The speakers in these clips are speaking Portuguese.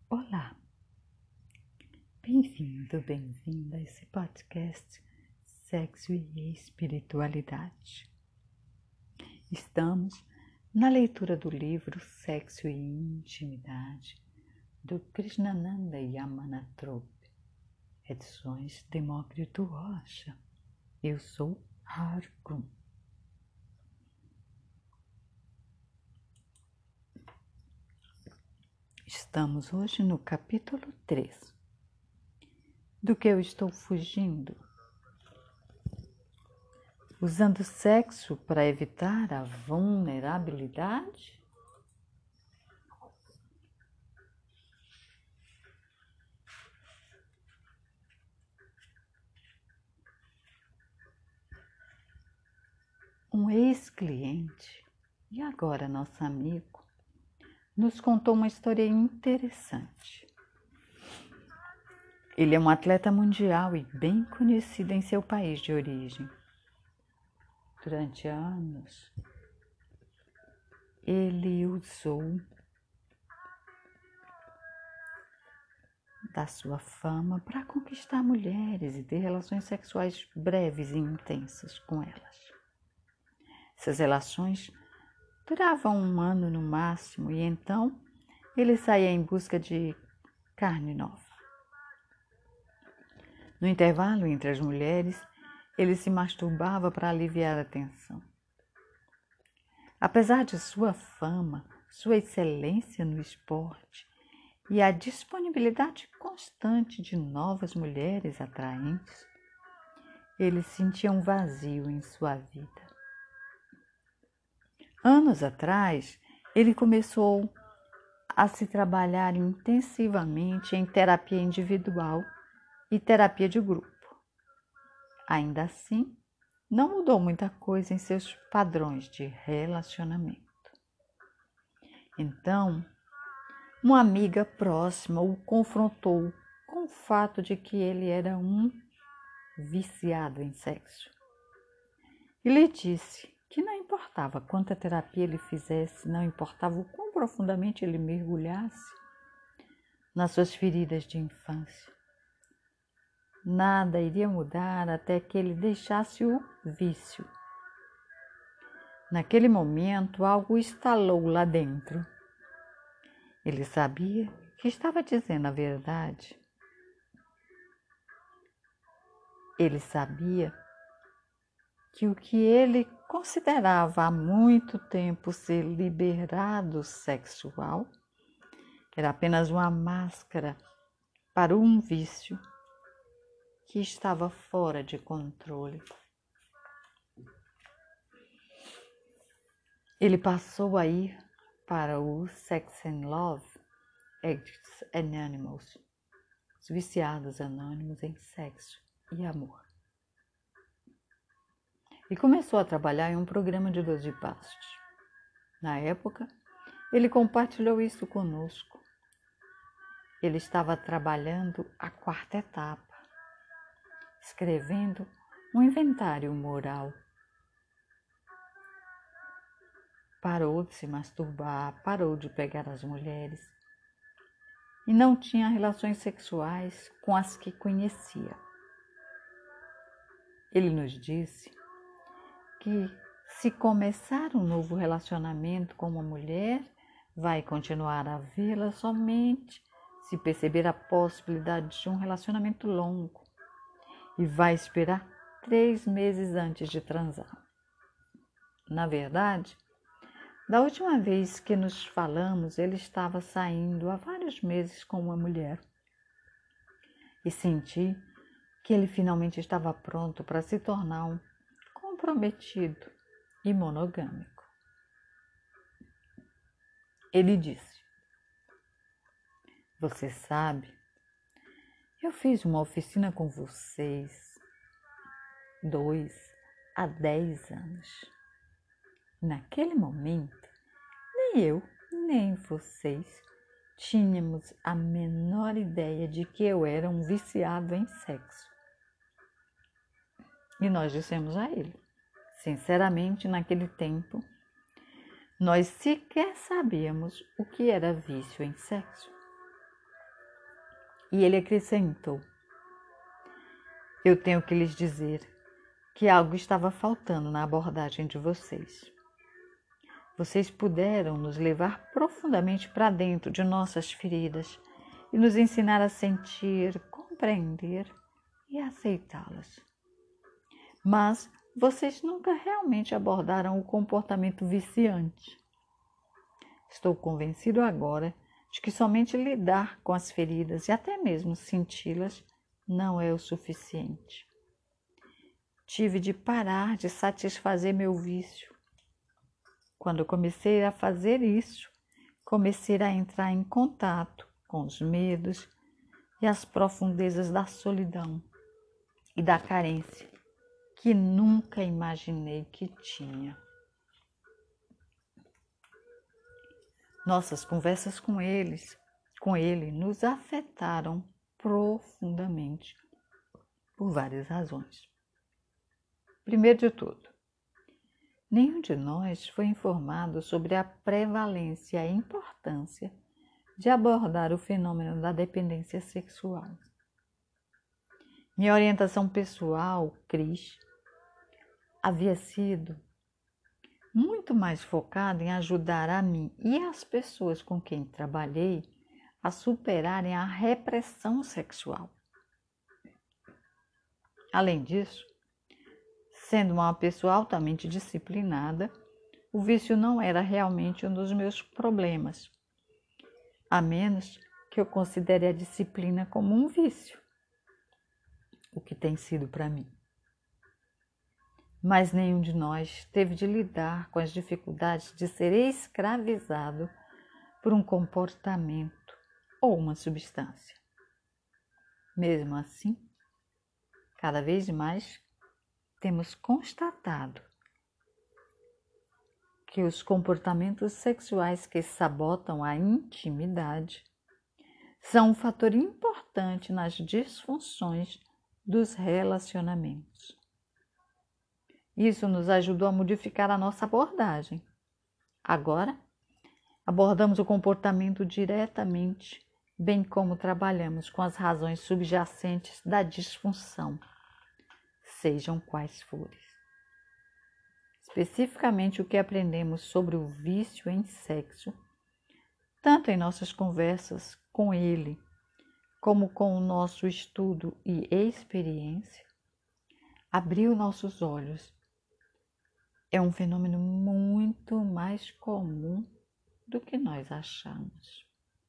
Olá, bem-vindo, bem-vinda a esse podcast Sexo e Espiritualidade. Estamos na leitura do livro Sexo e Intimidade, do Krishnananda Yamanatropy, edições Demócrito Rocha. Eu sou Hargun. Estamos hoje no capítulo 3. Do que eu estou fugindo? Usando sexo para evitar a vulnerabilidade? Um ex-cliente, e agora nosso amigo, nos contou uma história interessante. Ele é um atleta mundial e bem conhecido em seu país de origem. Durante anos, ele usou da sua fama para conquistar mulheres e ter relações sexuais breves e intensas com elas. Essas relações duravam 1 ano no máximo e então ele saía em busca de carne nova. No intervalo entre as mulheres, ele se masturbava para aliviar a tensão. Apesar de sua fama, sua excelência no esporte e a disponibilidade constante de novas mulheres atraentes, ele sentia um vazio em sua vida. Anos atrás, ele começou a se trabalhar intensivamente em terapia individual e terapia de grupo. Ainda assim, não mudou muita coisa em seus padrões de relacionamento. Então, uma amiga próxima o confrontou com o fato de que ele era um viciado em sexo. E lhe disse que não importava quanta terapia ele fizesse, não importava o quão profundamente ele mergulhasse nas suas feridas de infância. Nada iria mudar até que ele deixasse o vício. Naquele momento, algo estalou lá dentro. Ele sabia que estava dizendo a verdade. Ele sabia que o que ele considerava há muito tempo ser liberdade sexual era apenas uma máscara para um vício que estava fora de controle. Ele passou a ir para o Sex and Love Addicts Anonymous, os viciados anônimos em sexo e amor. E começou a trabalhar em um programa de 12 passos. Na época, ele compartilhou isso conosco. Ele estava trabalhando a 4ª etapa, escrevendo um inventário moral. Parou de se masturbar, parou de pegar as mulheres e não tinha relações sexuais com as que conhecia. Ele nos disse que se começar um novo relacionamento com uma mulher, vai continuar a vê-la somente se perceber a possibilidade de um relacionamento longo e vai esperar 3 meses antes de transar. Na verdade, da última vez que nos falamos, ele estava saindo há vários meses com uma mulher e senti que ele finalmente estava pronto para se tornar um comprometido e monogâmico. Ele disse: "Você sabe, eu fiz uma oficina com vocês 2 a 10 anos. Naquele momento, nem eu, nem vocês tínhamos a menor ideia de que eu era um viciado em sexo. E nós dissemos a ele, sinceramente, naquele tempo, nós sequer sabíamos o que era vício em sexo. E ele acrescentou: eu tenho que lhes dizer que algo estava faltando na abordagem de vocês. Vocês puderam nos levar profundamente para dentro de nossas feridas e nos ensinar a sentir, compreender e aceitá-las. Mas vocês nunca realmente abordaram o comportamento viciante. Estou convencido agora de que somente lidar com as feridas e até mesmo senti-las não é o suficiente. Tive de parar de satisfazer meu vício. Quando eu comecei a fazer isso, comecei a entrar em contato com os medos e as profundezas da solidão e da carência que nunca imaginei que tinha. Nossas conversas com ele nos afetaram profundamente por várias razões. Primeiro de tudo, nenhum de nós foi informado sobre a prevalência e a importância de abordar o fenômeno da dependência sexual. Minha orientação pessoal, Cris, havia sido muito mais focada em ajudar a mim e as pessoas com quem trabalhei a superarem a repressão sexual. Além disso, sendo uma pessoa altamente disciplinada, o vício não era realmente um dos meus problemas, a menos que eu considere a disciplina como um vício, o que tem sido para mim. Mas nenhum de nós teve de lidar com as dificuldades de ser escravizado por um comportamento ou uma substância. Mesmo assim, cada vez mais temos constatado que os comportamentos sexuais que sabotam a intimidade são um fator importante nas disfunções dos relacionamentos. Isso nos ajudou a modificar a nossa abordagem. Agora, abordamos o comportamento diretamente, bem como trabalhamos com as razões subjacentes da disfunção, sejam quais forem. Especificamente o que aprendemos sobre o vício em sexo, tanto em nossas conversas com ele, como com o nosso estudo e experiência, abriu nossos olhos. É um fenômeno muito mais comum do que nós achamos.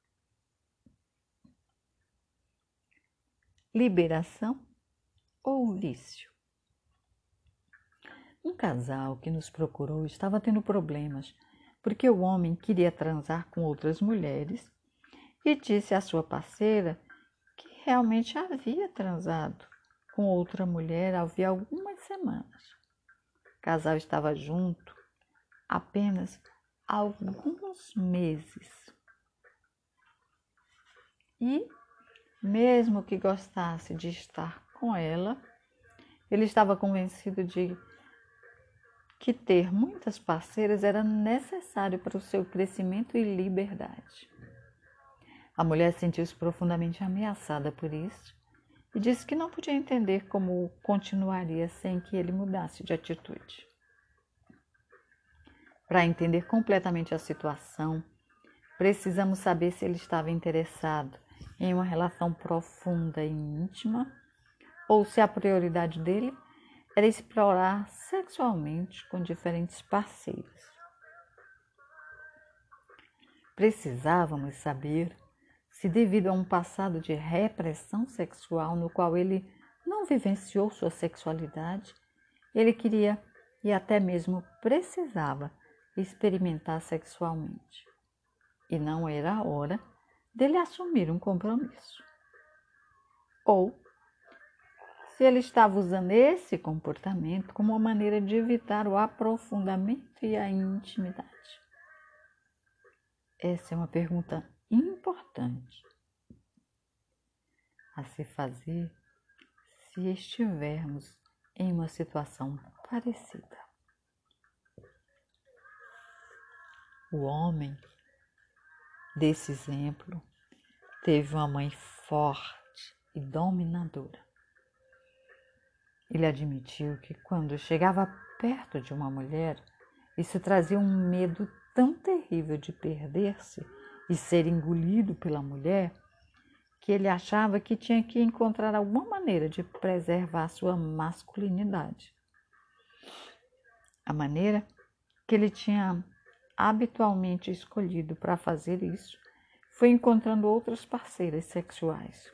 Liberação ou vício? Um casal que nos procurou estava tendo problemas porque o homem queria transar com outras mulheres e disse à sua parceira que realmente havia transado com outra mulher havia algumas semanas. O casal estava junto apenas há alguns meses. E, mesmo que gostasse de estar com ela, ele estava convencido de que ter muitas parceiras era necessário para o seu crescimento e liberdade. A mulher sentiu-se profundamente ameaçada por isso e disse que não podia entender como continuaria sem que ele mudasse de atitude. Para entender completamente a situação, precisamos saber se ele estava interessado em uma relação profunda e íntima ou se a prioridade dele era explorar sexualmente com diferentes parceiros. Precisávamos saber se, devido a um passado de repressão sexual no qual ele não vivenciou sua sexualidade, ele queria e até mesmo precisava experimentar sexualmente. E não era a hora dele assumir um compromisso. Ou se ele estava usando esse comportamento como uma maneira de evitar o aprofundamento e a intimidade. Essa é uma pergunta importante a se fazer se estivermos em uma situação parecida. O homem desse exemplo teve uma mãe forte e dominadora. Ele admitiu que quando chegava perto de uma mulher, isso trazia um medo tão terrível de perder-se e ser engolido pela mulher, que ele achava que tinha que encontrar alguma maneira de preservar sua masculinidade. A maneira que ele tinha habitualmente escolhido para fazer isso foi encontrando outras parceiras sexuais.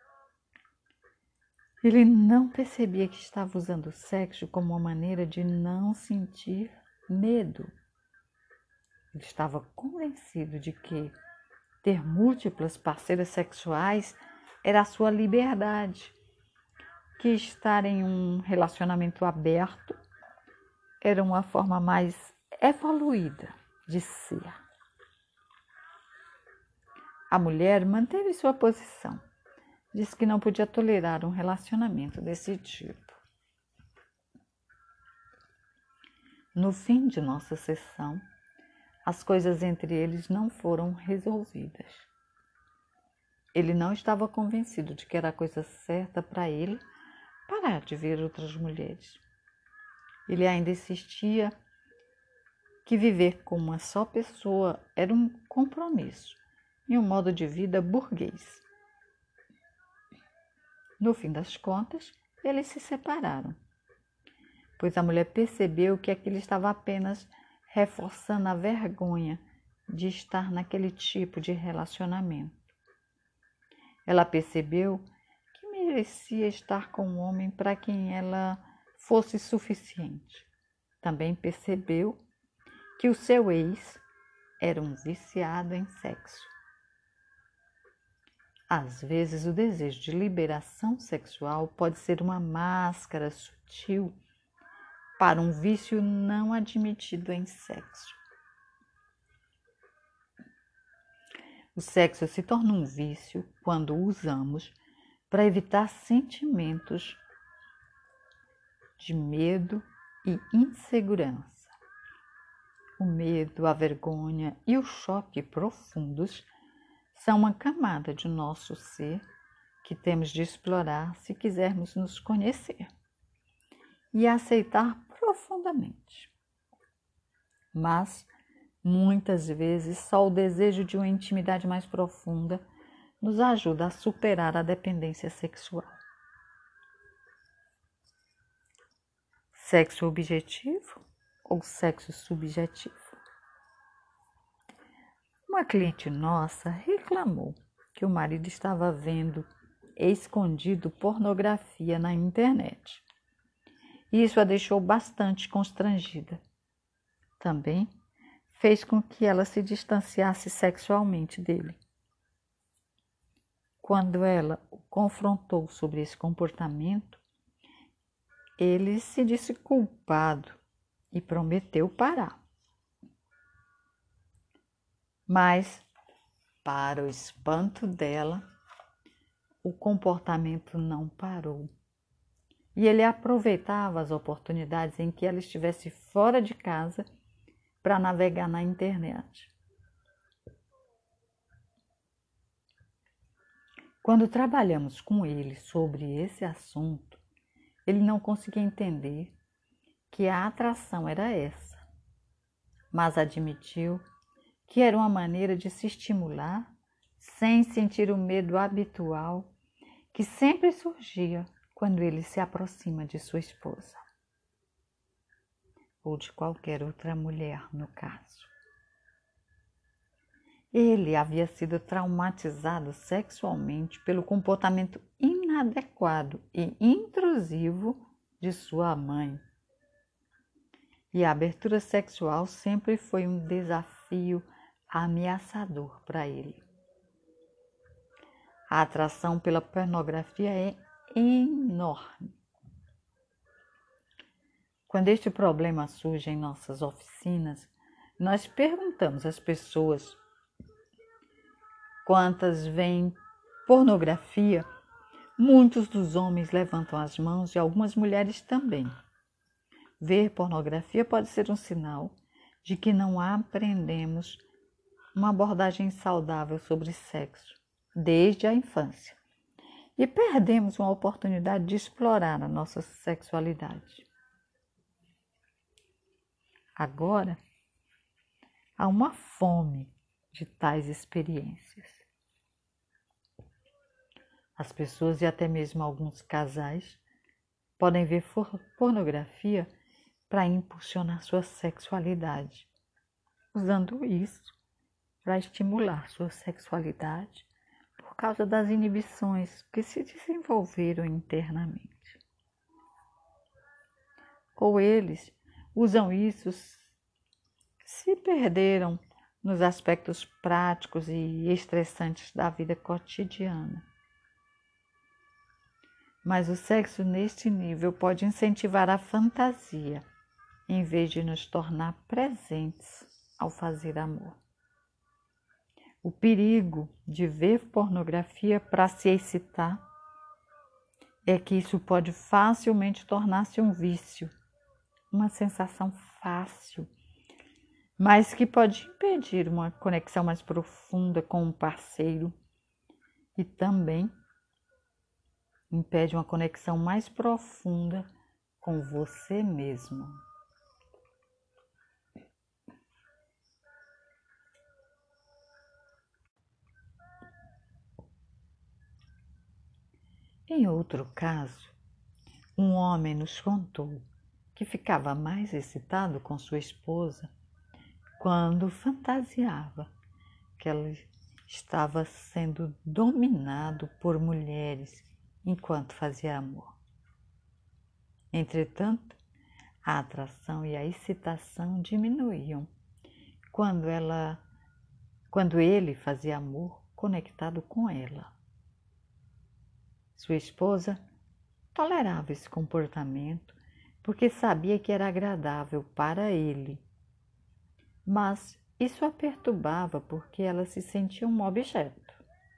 Ele não percebia que estava usando o sexo como uma maneira de não sentir medo. Ele estava convencido de que ter múltiplas parceiras sexuais era a sua liberdade, que estar em um relacionamento aberto era uma forma mais evoluída de ser. A mulher manteve sua posição. Disse que não podia tolerar um relacionamento desse tipo. No fim de nossa sessão, as coisas entre eles não foram resolvidas. Ele não estava convencido de que era a coisa certa para ele parar de ver outras mulheres. Ele ainda insistia que viver com uma só pessoa era um compromisso e um modo de vida burguês. No fim das contas, eles se separaram, pois a mulher percebeu que aquilo estava apenas reforçando a vergonha de estar naquele tipo de relacionamento. Ela percebeu que merecia estar com um homem para quem ela fosse suficiente. Também percebeu que o seu ex era um viciado em sexo. Às vezes, o desejo de liberação sexual pode ser uma máscara sutil para um vício não admitido em sexo. O sexo se torna um vício quando o usamos para evitar sentimentos de medo e insegurança. O medo, a vergonha e o choque profundos são uma camada de nosso ser que temos de explorar se quisermos nos conhecer e aceitar profundamente. Mas, muitas vezes, só o desejo de uma intimidade mais profunda nos ajuda a superar a dependência sexual. Sexo objetivo ou sexo subjetivo? Uma cliente nossa reclamou que o marido estava vendo escondido pornografia na internet. Isso a deixou bastante constrangida. Também fez com que ela se distanciasse sexualmente dele. Quando ela o confrontou sobre esse comportamento, ele se disse culpado e prometeu parar. Mas, para o espanto dela, o comportamento não parou. E ele aproveitava as oportunidades em que ela estivesse fora de casa para navegar na internet. Quando trabalhamos com ele sobre esse assunto, ele não conseguia entender que a atração era essa, mas admitiu que era uma maneira de se estimular sem sentir o medo habitual que sempre surgia quando ele se aproxima de sua esposa, ou de qualquer outra mulher, no caso. Ele havia sido traumatizado sexualmente pelo comportamento inadequado e intrusivo de sua mãe. E a abertura sexual sempre foi um desafio ameaçador para ele. A atração pela pornografia é enorme. Quando este problema surge em nossas oficinas, nós perguntamos às pessoas quantas veem pornografia. Muitos dos homens levantam as mãos e algumas mulheres também. Ver pornografia pode ser um sinal de que não aprendemos uma abordagem saudável sobre sexo desde a infância e perdemos uma oportunidade de explorar a nossa sexualidade. Agora, há uma fome de tais experiências. As pessoas e até mesmo alguns casais podem ver pornografia para impulsionar sua sexualidade, usando isso para estimular sua sexualidade por causa das inibições que se desenvolveram internamente. Ou eles usam isso, se perderam nos aspectos práticos e estressantes da vida cotidiana. Mas o sexo neste nível pode incentivar a fantasia, em vez de nos tornar presentes ao fazer amor. O perigo de ver pornografia para se excitar é que isso pode facilmente tornar-se um vício, uma sensação fácil, mas que pode impedir uma conexão mais profunda com um parceiro e também impede uma conexão mais profunda com você mesmo. Em outro caso, um homem nos contou que ficava mais excitado com sua esposa quando fantasiava que ela estava sendo dominado por mulheres enquanto fazia amor. Entretanto, a atração e a excitação diminuíam quando ele fazia amor conectado com ela. Sua esposa tolerava esse comportamento porque sabia que era agradável para ele, mas isso a perturbava porque ela se sentia um objeto.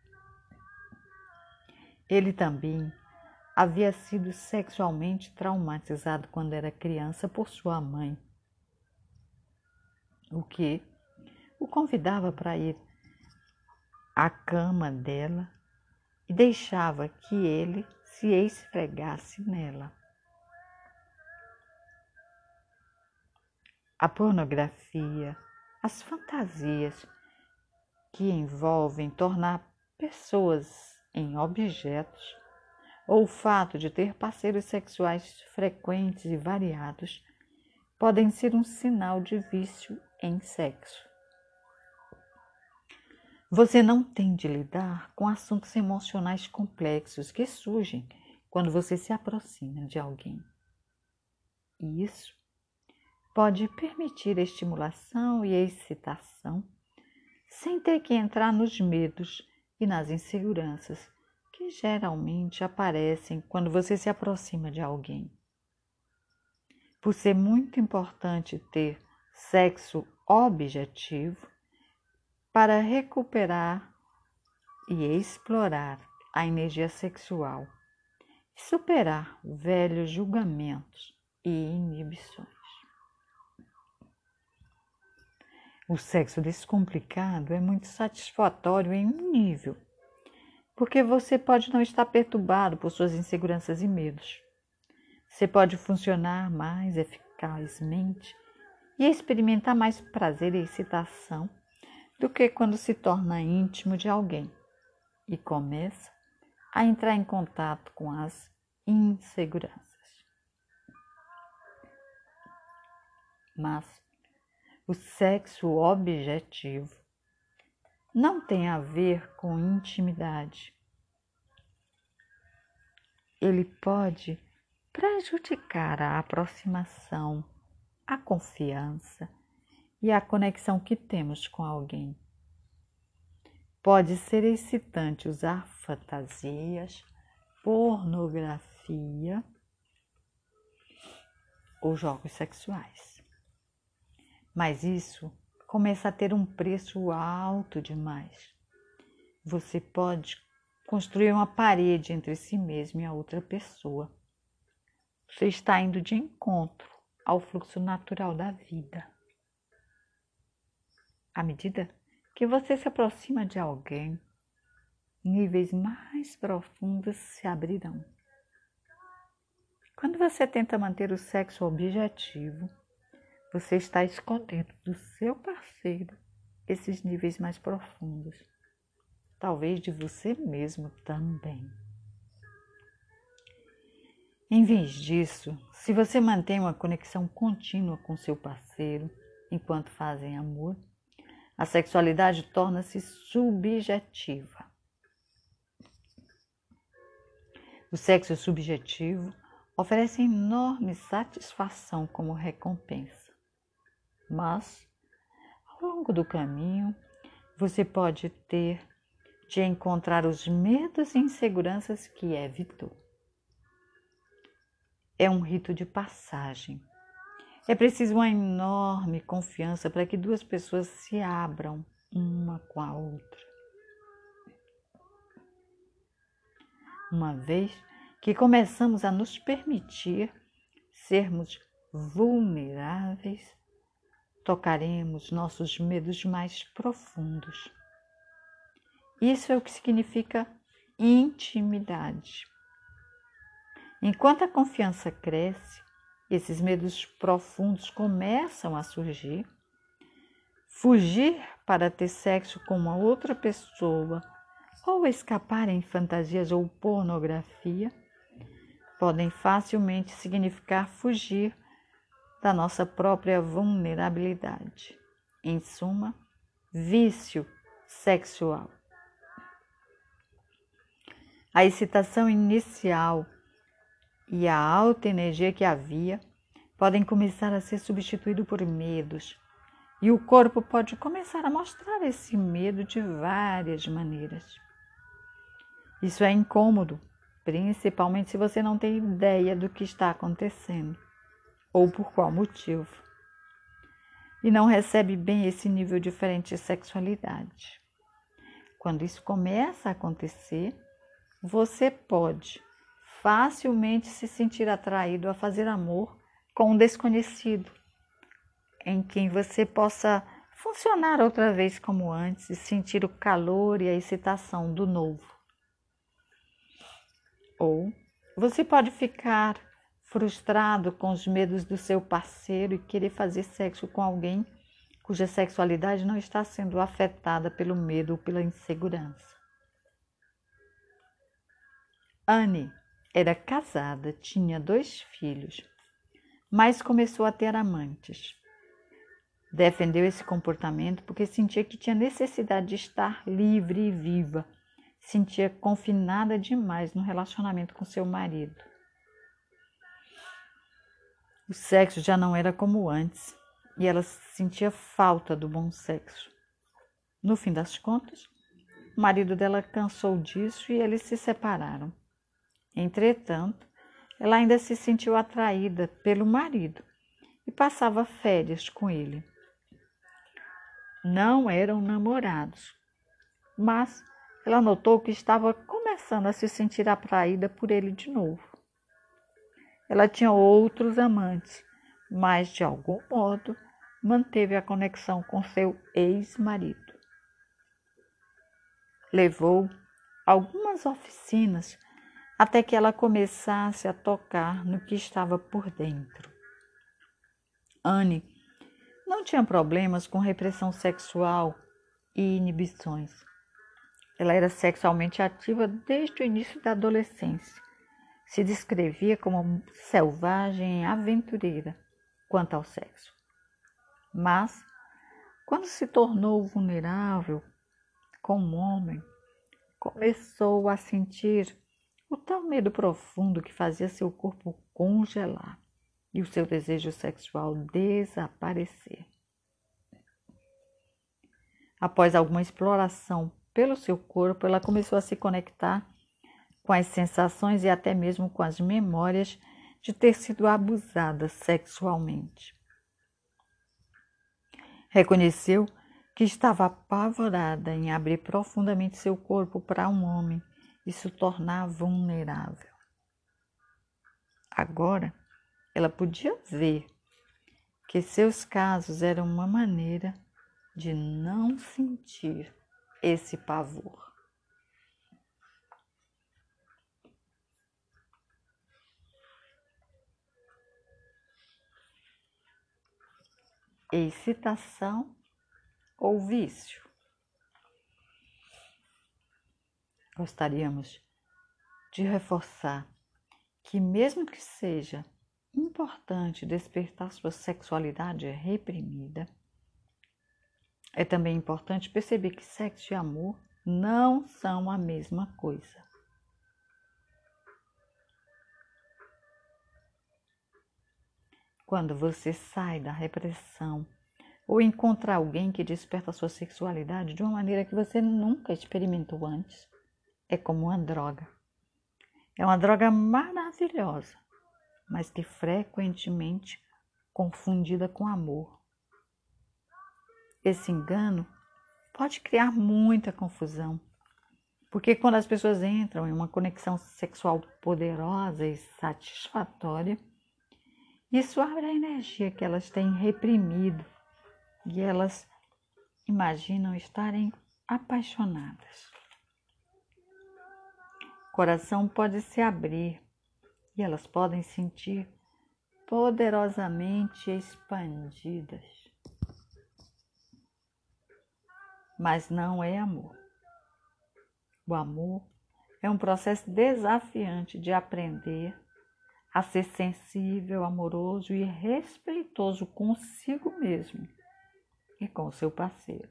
Ele também havia sido sexualmente traumatizado quando era criança por sua mãe, o que o convidava para ir à cama dela e deixava que ele se esfregasse nela. A pornografia, as fantasias que envolvem tornar pessoas em objetos, ou o fato de ter parceiros sexuais frequentes e variados, podem ser um sinal de vício em sexo. Você não tem de lidar com assuntos emocionais complexos que surgem quando você se aproxima de alguém. E isso pode permitir a estimulação e a excitação sem ter que entrar nos medos e nas inseguranças que geralmente aparecem quando você se aproxima de alguém. Por ser muito importante ter sexo objetivo para recuperar e explorar a energia sexual e superar velhos julgamentos e inibições. O sexo descomplicado é muito satisfatório em um nível, porque você pode não estar perturbado por suas inseguranças e medos. Você pode funcionar mais eficazmente e experimentar mais prazer e excitação do que quando se torna íntimo de alguém e começa a entrar em contato com as inseguranças. Mas o sexo objetivo não tem a ver com intimidade. Ele pode prejudicar a aproximação, a confiança e a conexão que temos com alguém. Pode ser excitante usar fantasias, pornografia ou jogos sexuais. Mas isso começa a ter um preço alto demais. Você pode construir uma parede entre si mesmo e a outra pessoa. Você está indo de encontro ao fluxo natural da vida. À medida que você se aproxima de alguém, níveis mais profundos se abrirão. Quando você tenta manter o sexo objetivo, você está escondendo do seu parceiro esses níveis mais profundos, talvez de você mesmo também. Em vez disso, se você mantém uma conexão contínua com seu parceiro enquanto fazem amor, a sexualidade torna-se subjetiva. O sexo subjetivo oferece enorme satisfação como recompensa, mas, ao longo do caminho, você pode ter de encontrar os medos e inseguranças que evitou. É um rito de passagem. É preciso uma enorme confiança para que duas pessoas se abram uma com a outra. Uma vez que começamos a nos permitir sermos vulneráveis, tocaremos nossos medos mais profundos. Isso é o que significa intimidade. Enquanto a confiança cresce, esses medos profundos começam a surgir. Fugir para ter sexo com uma outra pessoa ou escapar em fantasias ou pornografia podem facilmente significar fugir da nossa própria vulnerabilidade. Em suma, vício sexual. A excitação inicial e a alta energia que havia podem começar a ser substituídos por medos, e o corpo pode começar a mostrar esse medo de várias maneiras. Isso é incômodo, principalmente se você não tem ideia do que está acontecendo ou por qual motivo, e não recebe bem esse nível diferente de sexualidade. Quando isso começa a acontecer, você pode facilmente se sentir atraído a fazer amor com um desconhecido, em quem você possa funcionar outra vez como antes e sentir o calor e a excitação do novo. Ou você pode ficar frustrado com os medos do seu parceiro e querer fazer sexo com alguém cuja sexualidade não está sendo afetada pelo medo ou pela insegurança. Anne era casada, tinha 2 filhos, mas começou a ter amantes. Defendeu esse comportamento porque sentia que tinha necessidade de estar livre e viva. Sentia confinada demais no relacionamento com seu marido. O sexo já não era como antes e ela sentia falta do bom sexo. No fim das contas, o marido dela cansou disso e eles se separaram. Entretanto, ela ainda se sentiu atraída pelo marido e passava férias com ele. Não eram namorados, mas ela notou que estava começando a se sentir atraída por ele de novo. Ela tinha outros amantes, mas de algum modo manteve a conexão com seu ex-marido. Levou algumas oficinas até que ela começasse a tocar no que estava por dentro. Anne não tinha problemas com repressão sexual e inibições. Ela era sexualmente ativa desde o início da adolescência. Se descrevia como selvagem e aventureira quanto ao sexo. Mas, quando se tornou vulnerável como homem, começou a sentir o tal medo profundo que fazia seu corpo congelar e o seu desejo sexual desaparecer. Após alguma exploração pelo seu corpo, ela começou a se conectar com as sensações e até mesmo com as memórias de ter sido abusada sexualmente. Reconheceu que estava apavorada em abrir profundamente seu corpo para um homem e se tornar vulnerável. Agora, ela podia ver que seus casos eram uma maneira de não sentir esse pavor. excitação ou vício. Gostaríamos de reforçar que, mesmo que seja importante despertar sua sexualidade reprimida, é também importante perceber que sexo e amor não são a mesma coisa. Quando você sai da repressão ou encontra alguém que desperta a sua sexualidade de uma maneira que você nunca experimentou antes, é como uma droga. É uma droga maravilhosa, mas que frequentemente confundida com amor. Esse engano pode criar muita confusão, porque quando as pessoas entram em uma conexão sexual poderosa e satisfatória, isso abre a energia que elas têm reprimido e elas imaginam estarem apaixonadas. O coração pode se abrir e elas podem sentir poderosamente expandidas. Mas não é amor. O amor é um processo desafiante de aprender a ser sensível, amoroso e respeitoso consigo mesmo e com o seu parceiro.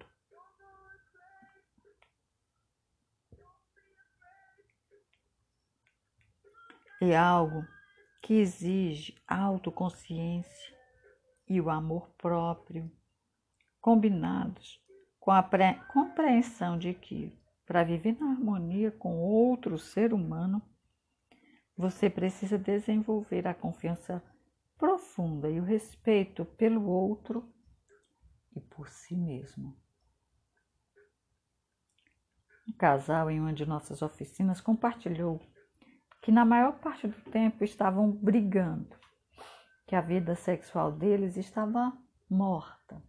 É algo que exige autoconsciência e o amor próprio, combinados com a compreensão de que, para viver na harmonia com outro ser humano, você precisa desenvolver a confiança profunda e o respeito pelo outro e por si mesmo. Um casal em uma de nossas oficinas compartilhou que na maior parte do tempo estavam brigando, que a vida sexual deles estava morta.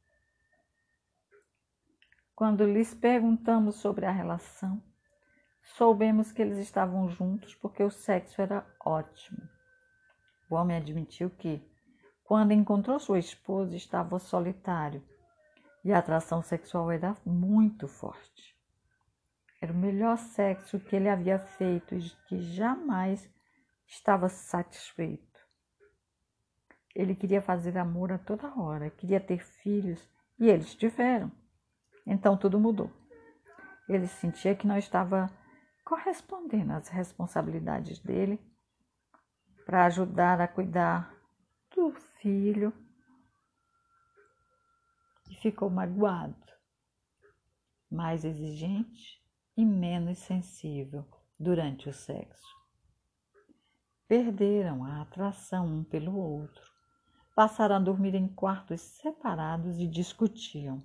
Quando lhes perguntamos sobre a relação, soubemos que eles estavam juntos porque o sexo era ótimo. O homem admitiu que, quando encontrou sua esposa, estava solitário e a atração sexual era muito forte. Era o melhor sexo que ele havia feito e que jamais estava satisfeito. Ele queria fazer amor a toda hora, queria ter filhos e eles tiveram. Então tudo mudou. Ele sentia que não estava correspondendo às responsabilidades dele para ajudar a cuidar do filho e ficou magoado, mais exigente e menos sensível durante o sexo. Perderam a atração um pelo outro, passaram a dormir em quartos separados e discutiam.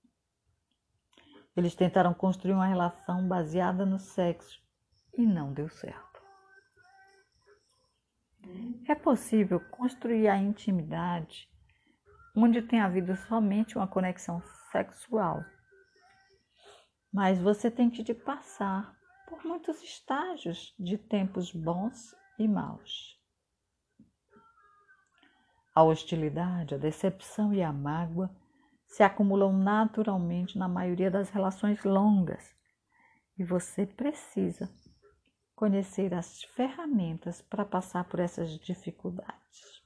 Eles tentaram construir uma relação baseada no sexo e não deu certo. É possível construir a intimidade onde tem havido somente uma conexão sexual, mas você tem que passar por muitos estágios de tempos bons e maus. A hostilidade, a decepção e a mágoa se acumulam naturalmente na maioria das relações longas e você precisa conhecer as ferramentas para passar por essas dificuldades.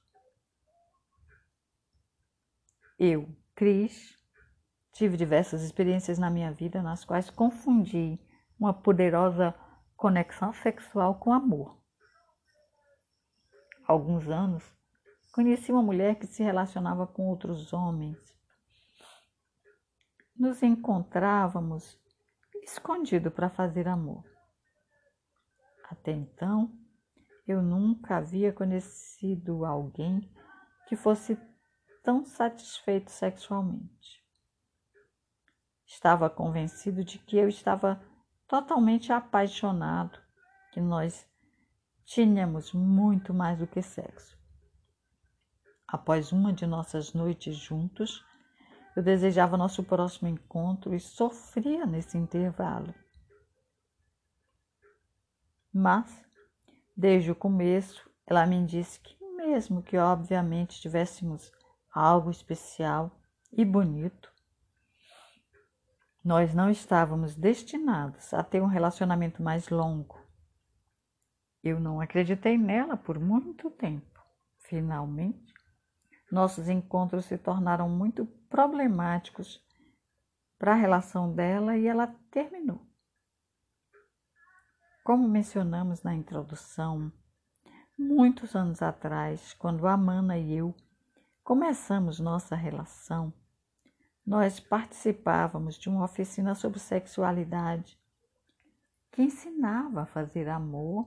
Eu, Cris, tive diversas experiências na minha vida nas quais confundi uma poderosa conexão sexual com amor. Há alguns anos, conheci uma mulher que se relacionava com outros homens. Nos encontrávamos escondido para fazer amor. Até então, eu nunca havia conhecido alguém que fosse tão satisfeito sexualmente. Estava convencido de que eu estava totalmente apaixonado, que nós tínhamos muito mais do que sexo. Após uma de nossas noites juntos, eu desejava nosso próximo encontro e sofria nesse intervalo. Mas, desde o começo, ela me disse que mesmo que obviamente tivéssemos algo especial, e bonito, nós não estávamos destinados a ter um relacionamento mais longo. Eu não acreditei nela por muito tempo. Finalmente, nossos encontros se tornaram muito problemáticos para a relação dela e ela terminou. Como mencionamos na introdução, muitos anos atrás, quando a Amanda e eu começamos nossa relação, nós participávamos de uma oficina sobre sexualidade que ensinava a fazer amor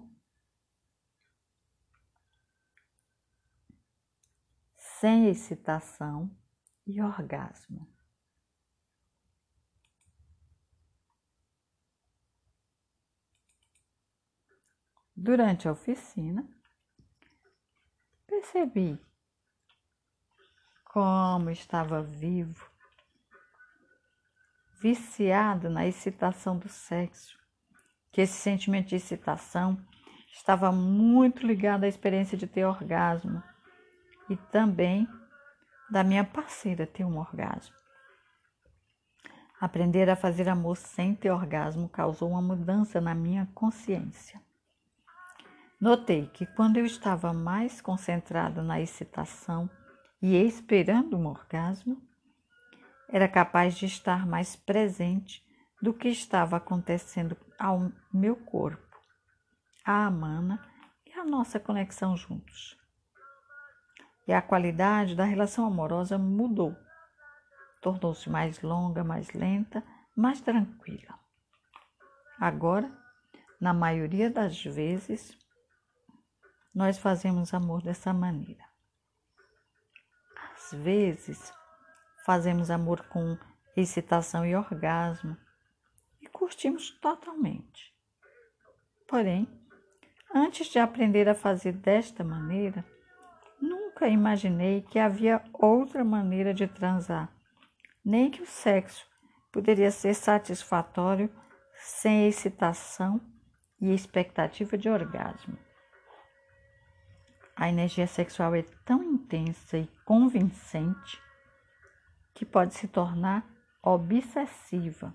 sem excitação e orgasmo. Durante a oficina, percebi como estava vivo, viciado na excitação do sexo, que esse sentimento de excitação estava muito ligado à experiência de ter orgasmo e também da minha parceira ter um orgasmo. Aprender a fazer amor sem ter orgasmo causou uma mudança na minha consciência. Notei que quando eu estava mais concentrada na excitação e esperando um orgasmo, era capaz de estar mais presente do que estava acontecendo ao meu corpo, a Amanda e a nossa conexão juntos. E a qualidade da relação amorosa mudou. Tornou-se mais longa, mais lenta, mais tranquila. Agora, na maioria das vezes, nós fazemos amor dessa maneira. Às vezes, fazemos amor com excitação e orgasmo e curtimos totalmente. Porém, antes de aprender a fazer desta maneira, nunca imaginei que havia outra maneira de transar, nem que o sexo poderia ser satisfatório sem excitação e expectativa de orgasmo. A energia sexual é tão intensa e convincente que pode se tornar obsessiva.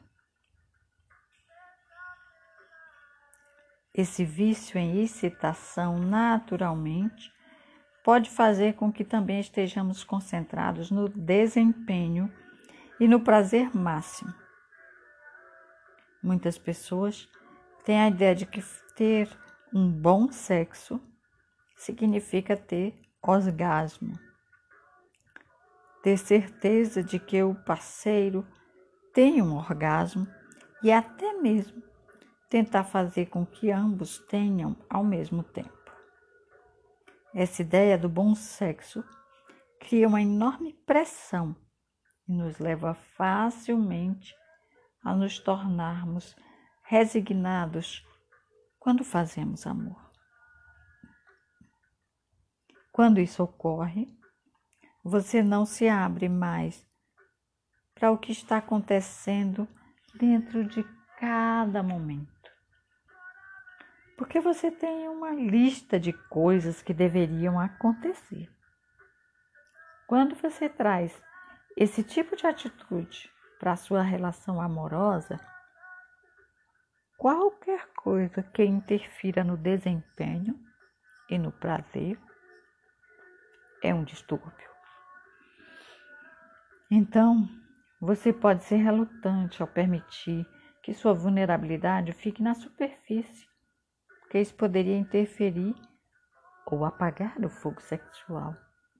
Esse vício em excitação, naturalmente, pode fazer com que também estejamos concentrados no desempenho e no prazer máximo. Muitas pessoas têm a ideia de que ter um bom sexo significa ter orgasmo. Ter certeza de que o parceiro tem um orgasmo e até mesmo tentar fazer com que ambos tenham ao mesmo tempo. Essa ideia do bom sexo cria uma enorme pressão e nos leva facilmente a nos tornarmos resignados quando fazemos amor. Quando isso ocorre, você não se abre mais para o que está acontecendo dentro de cada momento. Porque você tem uma lista de coisas que deveriam acontecer. Quando você traz esse tipo de atitude para a sua relação amorosa, qualquer coisa que interfira no desempenho e no prazer é um distúrbio. Então, você pode ser relutante ao permitir que sua vulnerabilidade fique na superfície, porque isso poderia interferir ou apagar o fogo sexual.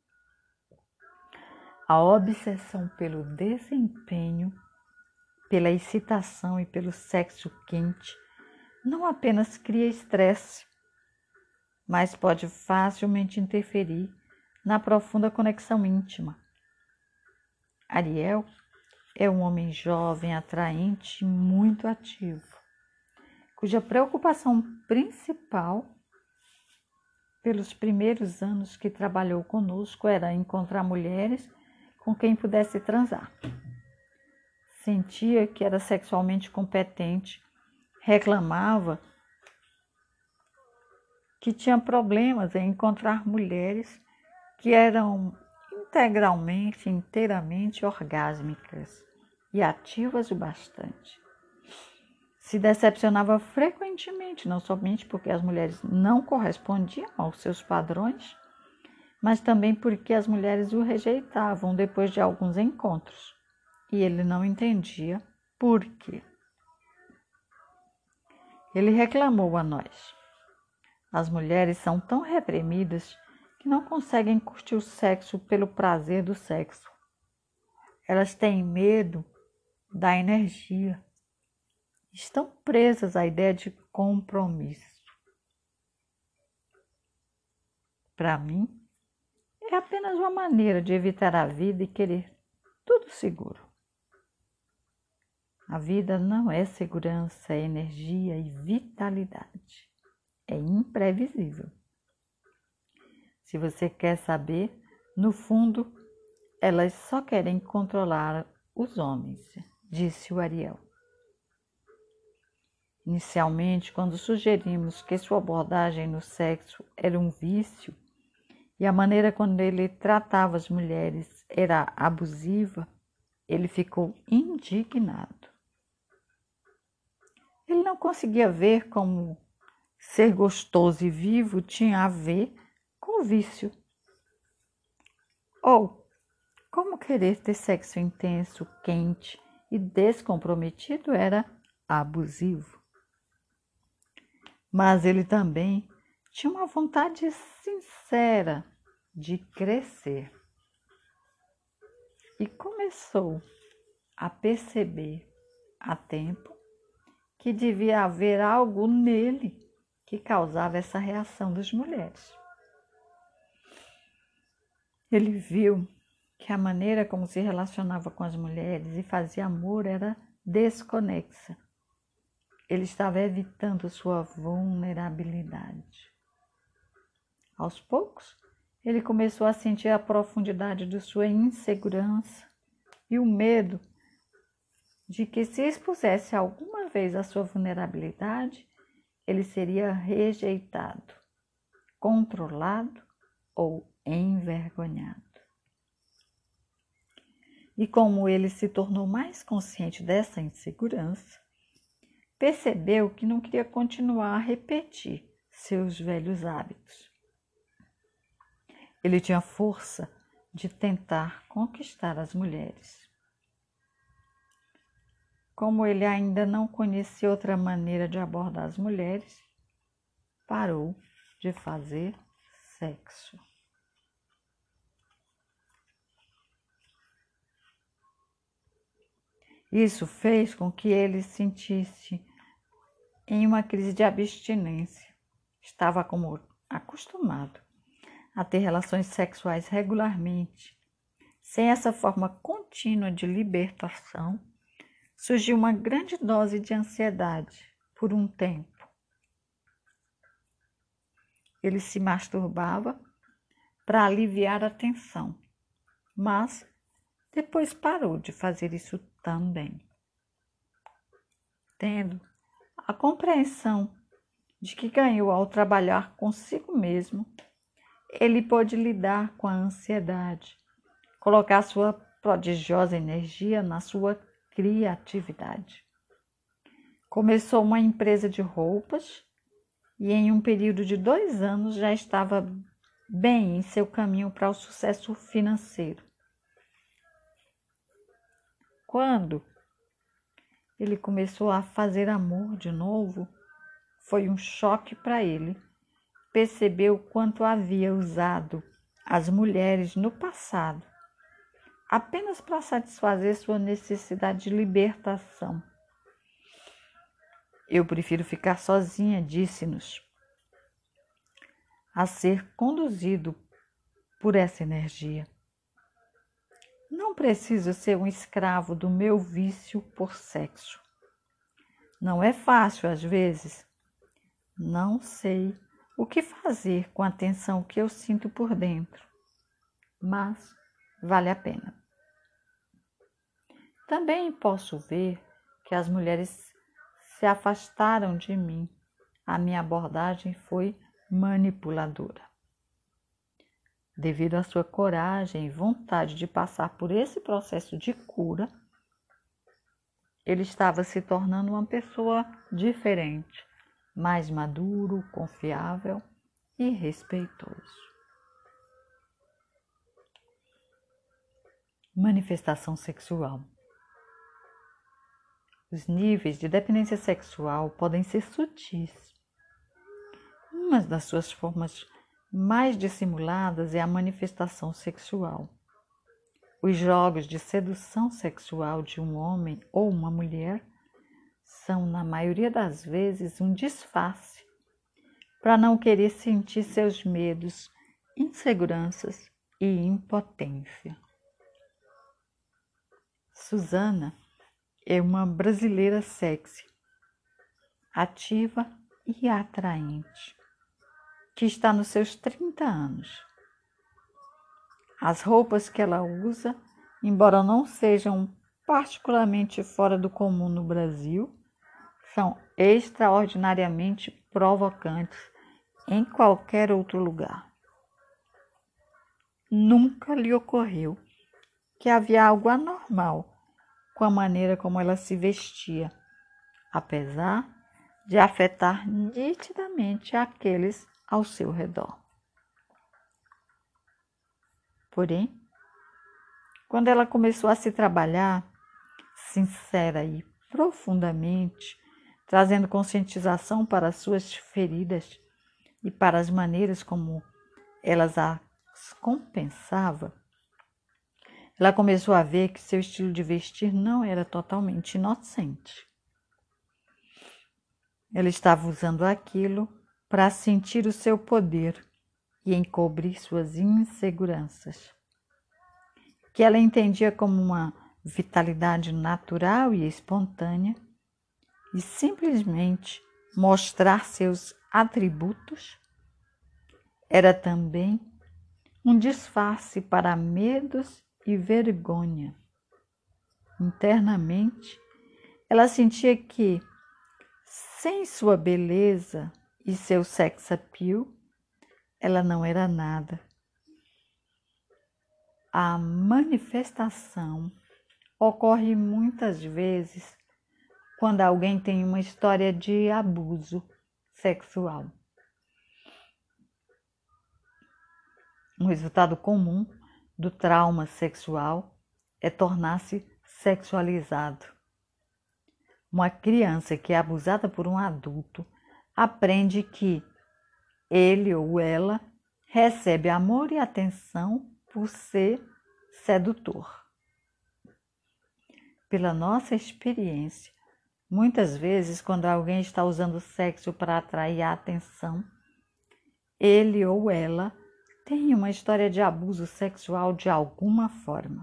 A obsessão pelo desempenho, pela excitação e pelo sexo quente não apenas cria estresse, mas pode facilmente interferir na profunda conexão íntima. Ariel é um homem jovem, atraente e muito ativo, cuja preocupação principal pelos primeiros anos que trabalhou conosco era encontrar mulheres com quem pudesse transar. Sentia que era sexualmente competente, reclamava que tinha problemas em encontrar mulheres que eram inteiramente orgásmicas e ativas o bastante. Se decepcionava frequentemente, não somente porque as mulheres não correspondiam aos seus padrões, mas também porque as mulheres o rejeitavam depois de alguns encontros, e ele não entendia por quê. Ele reclamou a nós: as mulheres são tão reprimidas que não conseguem curtir o sexo pelo prazer do sexo. Elas têm medo da energia. Estão presas à ideia de compromisso. Para mim, é apenas uma maneira de evitar a vida e querer tudo seguro. A vida não é segurança, é energia e vitalidade. É imprevisível. Se você quer saber, no fundo, elas só querem controlar os homens, disse o Ariel. Inicialmente, quando sugerimos que sua abordagem no sexo era um vício e a maneira como ele tratava as mulheres era abusiva, ele ficou indignado. Ele não conseguia ver como ser gostoso e vivo tinha a ver com o vício. Ou como querer ter sexo intenso, quente e descomprometido era abusivo. Mas ele também tinha uma vontade sincera de crescer. E começou a perceber a tempo que devia haver algo nele que causava essa reação das mulheres. Ele viu que a maneira como se relacionava com as mulheres e fazia amor era desconexa. Ele estava evitando sua vulnerabilidade. Aos poucos, ele começou a sentir a profundidade de sua insegurança e o medo de que, se expusesse alguma vez a sua vulnerabilidade, ele seria rejeitado, controlado ou envergonhado. E como ele se tornou mais consciente dessa insegurança, percebeu que não queria continuar a repetir seus velhos hábitos. Ele tinha força de tentar conquistar as mulheres. Como ele ainda não conhecia outra maneira de abordar as mulheres, parou de fazer sexo. Isso fez com que ele sentisse em uma crise de abstinência. Estava como acostumado a ter relações sexuais regularmente. Sem essa forma contínua de libertação, surgiu uma grande dose de ansiedade por um tempo. Ele se masturbava para aliviar a tensão, mas depois parou de fazer isso também. Tendo a compreensão de que ganhou ao trabalhar consigo mesmo, ele pôde lidar com a ansiedade, colocar sua prodigiosa energia na sua criatividade. Começou uma empresa de roupas e em um período de 2 anos já estava bem em seu caminho para o sucesso financeiro. Quando ele começou a fazer amor de novo, foi um choque para ele. Percebeu quanto havia usado as mulheres no passado, apenas para satisfazer sua necessidade de libertação. Eu prefiro ficar sozinha, disse-nos, a ser conduzido por essa energia. Não preciso ser um escravo do meu vício por sexo. Não é fácil às vezes. Não sei o que fazer com a tensão que eu sinto por dentro, mas vale a pena. Também posso ver que as mulheres se afastaram de mim. A minha abordagem foi manipuladora. Devido à sua coragem e vontade de passar por esse processo de cura, ele estava se tornando uma pessoa diferente, mais maduro, confiável e respeitoso. Manifestação sexual. Os níveis de dependência sexual podem ser sutis. Uma das suas formas mais dissimuladas é a manifestação sexual. Os jogos de sedução sexual de um homem ou uma mulher são, na maioria das vezes, um disfarce para não querer sentir seus medos, inseguranças e impotência. Susana é uma brasileira sexy, ativa e atraente, que está nos seus 30 anos. As roupas que ela usa, embora não sejam particularmente fora do comum no Brasil, são extraordinariamente provocantes em qualquer outro lugar. Nunca lhe ocorreu que havia algo anormal com a maneira como ela se vestia, apesar de afetar nitidamente aqueles ao seu redor. Porém, quando ela começou a se trabalhar, sincera e profundamente, trazendo conscientização para as suas feridas e para as maneiras como elas as compensava, ela começou a ver que seu estilo de vestir não era totalmente inocente. Ela estava usando aquilo para sentir o seu poder e encobrir suas inseguranças, que ela entendia como uma vitalidade natural e espontânea, e simplesmente mostrar seus atributos era também um disfarce para medos e vergonha. Internamente, ela sentia que, sem sua beleza e seu sex appeal, ela não era nada. A manifestação ocorre muitas vezes quando alguém tem uma história de abuso sexual. Um resultado comum do trauma sexual é tornar-se sexualizado. Uma criança que é abusada por um adulto aprende que ele ou ela recebe amor e atenção por ser sedutor. Pela nossa experiência, muitas vezes, quando alguém está usando o sexo para atrair a atenção, ele ou ela tem uma história de abuso sexual de alguma forma,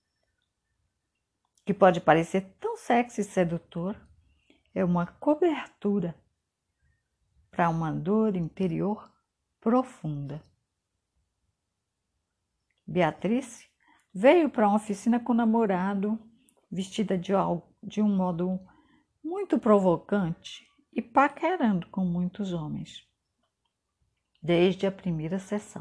que pode parecer tão sexy e sedutor, é uma cobertura para uma dor interior profunda. Beatriz veio para uma oficina com o namorado, vestida de um modo muito provocante e paquerando com muitos homens, desde a primeira sessão.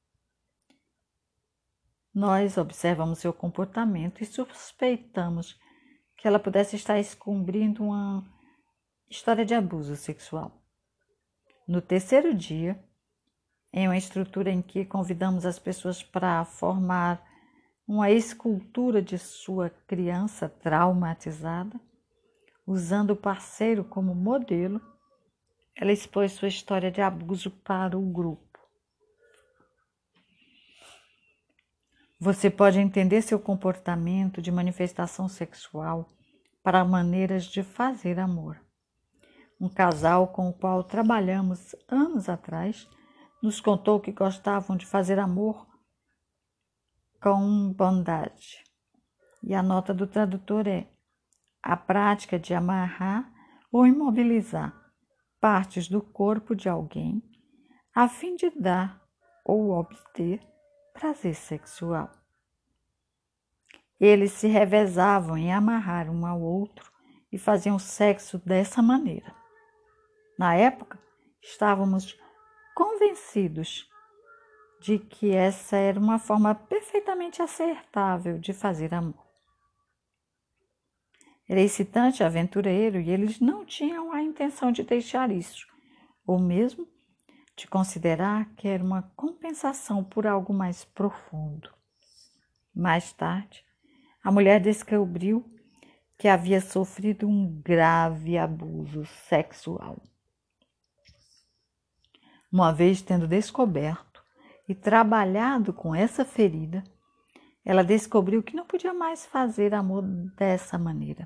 Nós observamos seu comportamento e suspeitamos que ela pudesse estar escobrindo uma história de abuso sexual. No terceiro dia, em uma estrutura em que convidamos as pessoas para formar uma escultura de sua criança traumatizada, usando o parceiro como modelo, ela expôs sua história de abuso para o grupo. Você pode entender seu comportamento de manifestação sexual para maneiras de fazer amor. Um casal com o qual trabalhamos anos atrás nos contou que gostavam de fazer amor com bondade. E a nota do tradutor é: a prática de amarrar ou imobilizar partes do corpo de alguém a fim de dar ou obter prazer sexual. Eles se revezavam em amarrar um ao outro e faziam sexo dessa maneira. Na época, estávamos convencidos de que essa era uma forma perfeitamente aceitável de fazer amor. Era excitante, aventureiro, e eles não tinham a intenção de deixar isso, ou mesmo de considerar que era uma compensação por algo mais profundo. Mais tarde, a mulher descobriu que havia sofrido um grave abuso sexual. Uma vez tendo descoberto e trabalhado com essa ferida, ela descobriu que não podia mais fazer amor dessa maneira.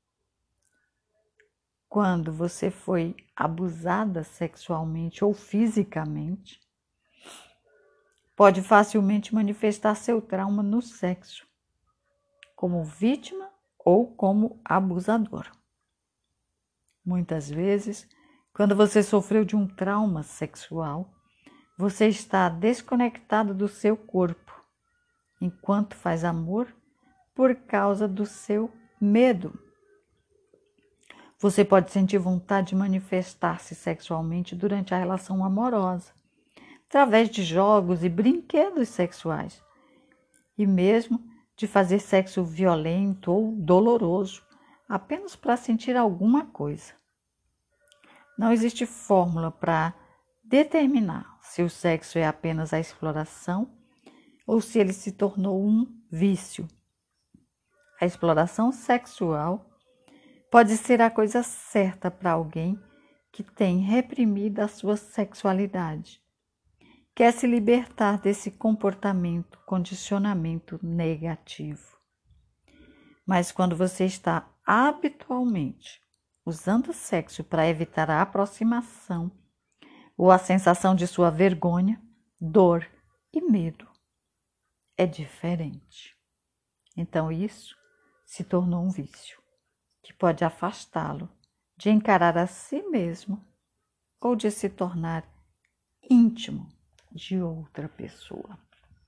Quando você foi abusada sexualmente ou fisicamente, pode facilmente manifestar seu trauma no sexo, como vítima ou como abusador. Muitas vezes, quando você sofreu de um trauma sexual, você está desconectado do seu corpo, enquanto faz amor por causa do seu medo. Você pode sentir vontade de manifestar-se sexualmente durante a relação amorosa, através de jogos e brinquedos sexuais, e mesmo de fazer sexo violento ou doloroso, apenas para sentir alguma coisa. Não existe fórmula para determinar se o sexo é apenas a exploração ou se ele se tornou um vício. A exploração sexual pode ser a coisa certa para alguém que tem reprimido a sua sexualidade, quer se libertar desse comportamento, condicionamento negativo. Mas quando você está habitualmente usando o sexo para evitar a aproximação ou a sensação de sua vergonha, dor e medo, é diferente. Então isso se tornou um vício que pode afastá-lo de encarar a si mesmo ou de se tornar íntimo de outra pessoa.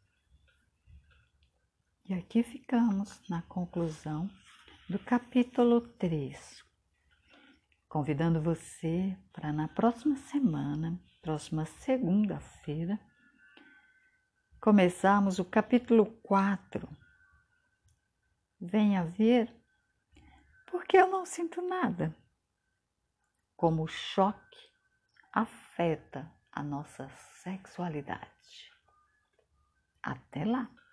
E aqui ficamos na conclusão do capítulo 3, convidando você para na próxima semana, próxima segunda-feira, começarmos o capítulo 4. Venha ver porque eu não sinto nada. Como o choque afeta a nossa sexualidade. Até lá!